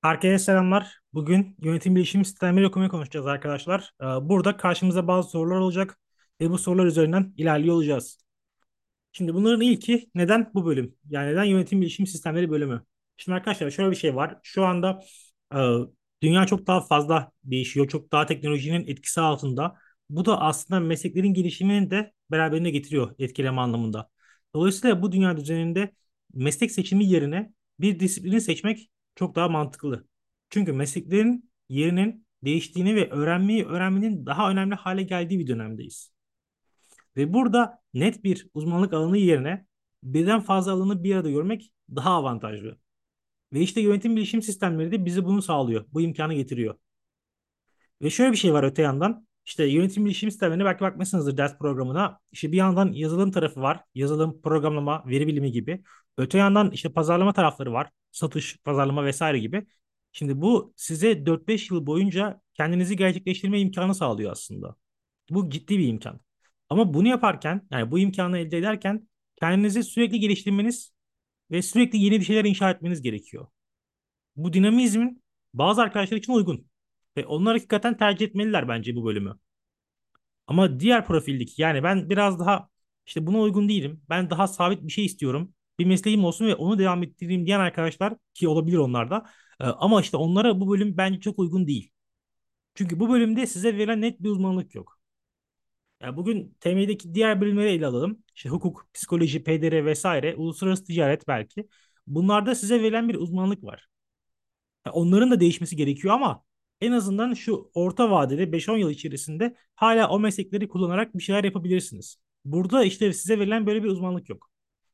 Herkese selamlar. Bugün yönetim bilişim sistemleri okumayı konuşacağız arkadaşlar. Burada karşımıza bazı sorular olacak ve bu sorular üzerinden ilerliyor olacağız. Şimdi bunların ilki neden bu bölüm? Yani neden yönetim bilişim sistemleri bölümü? Şimdi arkadaşlar şöyle bir şey var. Şu anda e, dünya çok daha fazla değişiyor. Çok daha teknolojinin etkisi altında. Bu da aslında mesleklerin gelişimini de beraberine getiriyor etkileme anlamında. Dolayısıyla bu dünya düzeninde meslek seçimi yerine bir disiplini seçmek çok daha mantıklı. Çünkü mesleklerin yerinin değiştiğini ve öğrenmenin daha önemli hale geldiği bir dönemdeyiz. Ve burada net bir uzmanlık alanı yerine birden fazla alanı bir arada görmek daha avantajlı. Ve işte yönetim bilişim sistemleri de bize bunu sağlıyor. Bu imkanı getiriyor. Ve şöyle bir şey var öte yandan. İşte yönetim bilişim sistemlerine belki bakmışsınızdır ders programına. İşte bir yandan yazılım tarafı var. Yazılım, programlama, veri bilimi gibi. Öte yandan işte pazarlama tarafları var. Satış, pazarlama vesaire gibi. Şimdi bu size 4-5 yıl boyunca kendinizi gerçekleştirme imkanı sağlıyor aslında. Bu ciddi bir imkan. Ama bunu yaparken, yani bu imkanı elde ederken kendinizi sürekli geliştirmeniz ve sürekli yeni bir şeyler inşa etmeniz gerekiyor. Bu dinamizmin bazı arkadaşlar için uygun. Ve onlar hakikaten tercih etmeliler bence bu bölümü. Ama diğer profildeki yani ben biraz daha işte buna uygun değilim. Ben daha sabit bir şey istiyorum. Bir mesleğim olsun ve onu devam ettireyim diyen arkadaşlar ki olabilir onlar da. Ama işte onlara bu bölüm bence çok uygun değil. Çünkü bu bölümde size verilen net bir uzmanlık yok. Yani bugün TM'deki diğer bölümleri ele alalım. İşte hukuk, psikoloji, PDR vesaire, uluslararası ticaret belki. Bunlarda size verilen bir uzmanlık var. Onların da değişmesi gerekiyor ama en azından şu orta vadede 5-10 yıl içerisinde hala o meslekleri kullanarak bir şeyler yapabilirsiniz. Burada işte size verilen böyle bir uzmanlık yok.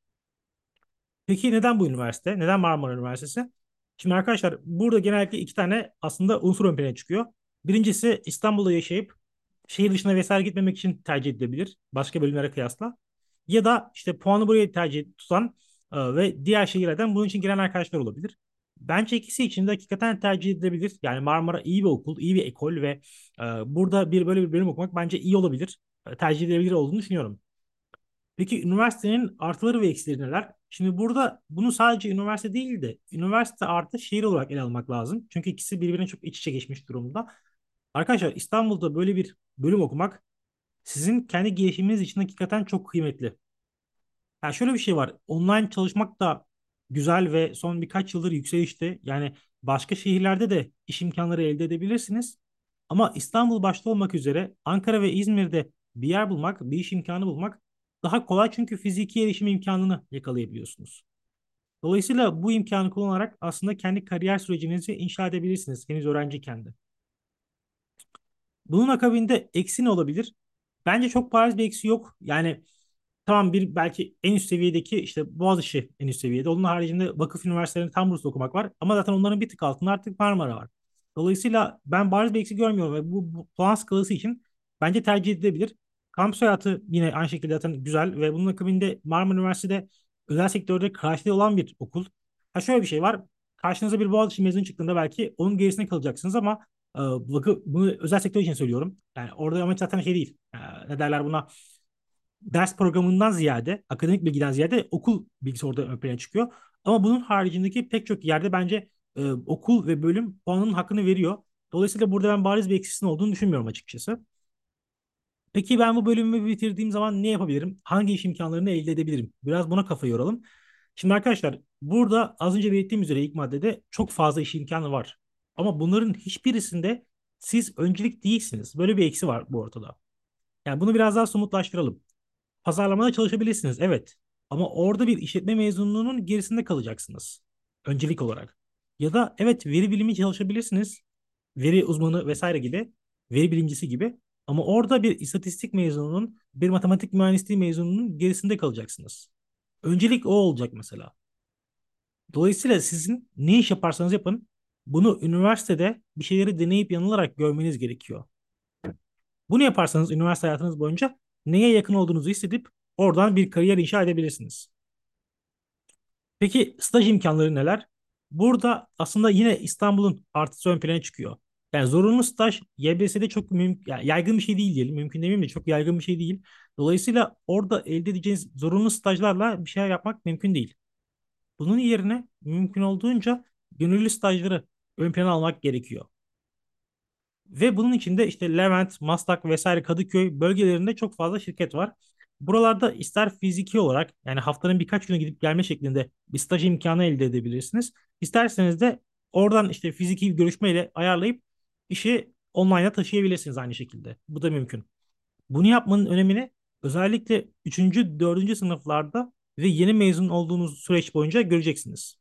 Peki neden bu üniversite? Neden Marmara Üniversitesi? Şimdi arkadaşlar burada genellikle iki tane aslında unsur ön plana çıkıyor. Birincisi İstanbul'da yaşayıp şehir dışına vesaire gitmemek için tercih edilebilir. Başka bölümlere kıyasla. Ya da işte puanı buraya tercih tutan ve diğer şehirlerden bunun için giren arkadaşlar olabilir. Bence ikisi için de hakikaten tercih edilebilir. Yani Marmara iyi bir okul, iyi bir ekol ve burada böyle bir bölüm okumak bence iyi olabilir. Tercih edilebilir olduğunu düşünüyorum. Peki üniversitenin artıları ve eksileri neler? Şimdi burada bunu sadece üniversite değil de üniversite artı şehir olarak ele almak lazım. Çünkü ikisi birbirine çok iç içe geçmiş durumda. Arkadaşlar İstanbul'da böyle bir bölüm okumak sizin kendi gelişiminiz için hakikaten çok kıymetli. Yani şöyle bir şey var. Online çalışmak da güzel ve son birkaç yıldır yükselişte. Yani başka şehirlerde de iş imkanları elde edebilirsiniz. Ama İstanbul başta olmak üzere Ankara ve İzmir'de bir yer bulmak, bir iş imkanı bulmak daha kolay çünkü fiziki erişim imkanını yakalayabiliyorsunuz. Dolayısıyla bu imkanı kullanarak aslında kendi kariyer sürecinizi inşa edebilirsiniz henüz öğrenciyken de. Bunun akabinde eksi ne olabilir? Bence çok bariz bir eksi yok. Yani tamam bir belki en üst seviyedeki işte Boğaziçi en üst seviyede. Onun haricinde vakıf üniversitelerinde tam burs okumak var. Ama zaten onların bir tık altında artık Marmara var. Dolayısıyla ben bariz bir eksik görmüyorum ve bu puan skalası için bence tercih edilebilir. Kampüs hayatı yine aynı şekilde zaten güzel ve bunun akabinde Marmara Üniversitesi'de özel sektörde karşılığı olan bir okul. Ha şöyle bir şey var. Karşınıza bir Boğaziçi mezunu çıktığında belki onun gerisine kalacaksınız ama bunu özel sektör için söylüyorum. Yani orada amaç zaten şey değil. Ne derler buna? Ders programından ziyade, akademik bilgiden ziyade okul bilgisi orada ön plana çıkıyor. Ama bunun haricindeki pek çok yerde bence okul ve bölüm puanının hakkını veriyor. Dolayısıyla burada ben bariz bir eksisinin olduğunu düşünmüyorum açıkçası. Peki ben bu bölümümü bitirdiğim zaman ne yapabilirim? Hangi iş imkanlarını elde edebilirim? Biraz buna kafa yoralım. Şimdi arkadaşlar burada az önce belirttiğim üzere ilk maddede çok fazla iş imkanı var. Ama bunların hiçbirisinde siz öncelik değilsiniz. Böyle bir eksi var bu ortada. Yani bunu biraz daha somutlaştıralım. Pazarlamada çalışabilirsiniz, evet. Ama orada bir işletme mezunluğunun gerisinde kalacaksınız. Öncelik olarak. Ya da evet veri bilimi çalışabilirsiniz. Veri uzmanı vesaire gibi. Veri bilimcisi gibi. Ama orada bir istatistik mezununun, bir matematik mühendisliği mezununun gerisinde kalacaksınız. Öncelik o olacak mesela. Dolayısıyla sizin ne iş yaparsanız yapın, bunu üniversitede bir şeyleri deneyip yanılarak görmeniz gerekiyor. Bunu yaparsanız üniversite hayatınız boyunca neye yakın olduğunuzu hissedip oradan bir kariyer inşa edebilirsiniz. Peki staj imkanları neler? Burada aslında yine İstanbul'un artısı ön plana çıkıyor. Yani zorunlu staj YBS'de çok yani yaygın bir şey değil diyelim. Mümkün demeyeyim de çok yaygın bir şey değil. Dolayısıyla orada elde edeceğiniz zorunlu stajlarla bir şeyler yapmak mümkün değil. Bunun yerine mümkün olduğunca gönüllü stajları ön plana almak gerekiyor. Ve bunun içinde işte Levent, Maslak vesaire Kadıköy bölgelerinde çok fazla şirket var. Buralarda ister fiziki olarak yani haftanın birkaç günü gidip gelme şeklinde bir staj imkanı elde edebilirsiniz. İsterseniz de oradan işte fiziki bir görüşmeyle ayarlayıp işi online'a taşıyabilirsiniz aynı şekilde. Bu da mümkün. Bunu yapmanın önemini özellikle üçüncü, dördüncü sınıflarda ve yeni mezun olduğunuz süreç boyunca göreceksiniz.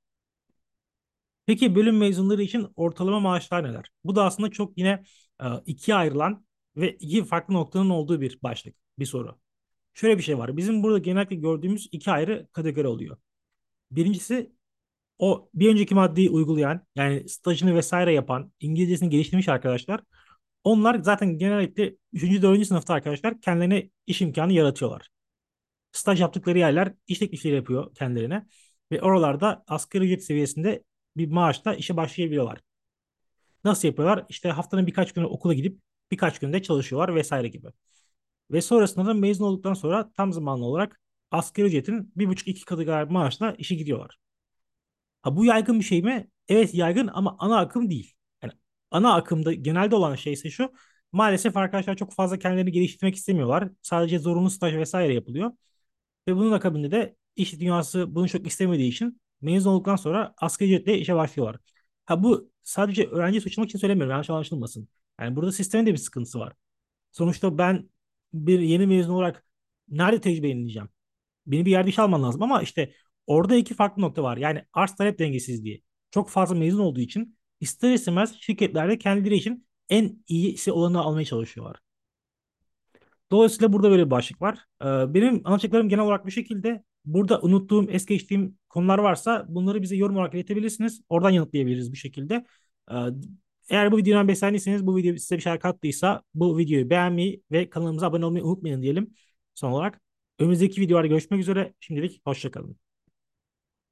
Peki bölüm mezunları için ortalama maaşlar neler? Bu da aslında çok yine ikiye ayrılan ve iki farklı noktanın olduğu bir başlık, bir soru. Şöyle bir şey var. Bizim burada genellikle gördüğümüz iki ayrı kategori oluyor. Birincisi o bir önceki maddeyi uygulayan, yani stajını vesaire yapan, İngilizcesini geliştirmiş arkadaşlar. Onlar zaten genellikle üçüncü dördüncü sınıfta arkadaşlar kendilerine iş imkanı yaratıyorlar. Staj yaptıkları yerler iş teklifleri yapıyor kendilerine ve oralarda asgari ücret seviyesinde bir maaşla işe başlayabiliyorlar. Nasıl yapıyorlar? İşte haftanın birkaç günü okula gidip birkaç günde çalışıyorlar vesaire gibi. Ve sonrasında da mezun olduktan sonra tam zamanlı olarak asgari ücretin bir buçuk iki katı kadar maaşla işe gidiyorlar. Ha, bu yaygın bir şey mi? Evet yaygın ama ana akım değil. Yani ana akımda genelde olan şey ise şu. Maalesef arkadaşlar çok fazla kendilerini geliştirmek istemiyorlar. Sadece zorunlu staj vesaire yapılıyor. Ve bunun akabinde de iş dünyası bunu çok istemediği için mezun olduktan sonra asgari ücretle işe başlıyorlar. Ha bu sadece öğrenci suçlamak için söylemiyorum. Yanlış anlaşılmasın. Yani burada sistemin de bir sıkıntısı var. Sonuçta ben bir yeni mezun olarak nerede tecrübe edineceğim? Beni bir yerde işe alman lazım ama işte orada iki farklı nokta var. Yani arz talep dengesizliği. Çok fazla mezun olduğu için ister istemez şirketlerde kendileri için en iyisi olanı almaya çalışıyorlar. Dolayısıyla burada böyle bir başlık var. Benim anlatacaklarım genel olarak bu şekilde. Burada unuttuğum, es geçtiğim konular varsa bunları bize yorum olarak iletebilirsiniz. Oradan yanıtlayabiliriz bu şekilde. Ee, Eğer bu videodan beslendiyseniz, bu video size bir şey kattıysa bu videoyu beğenmeyi ve kanalımıza abone olmayı unutmayın diyelim. Son olarak önümüzdeki videolarda görüşmek üzere. Şimdilik hoşça kalın.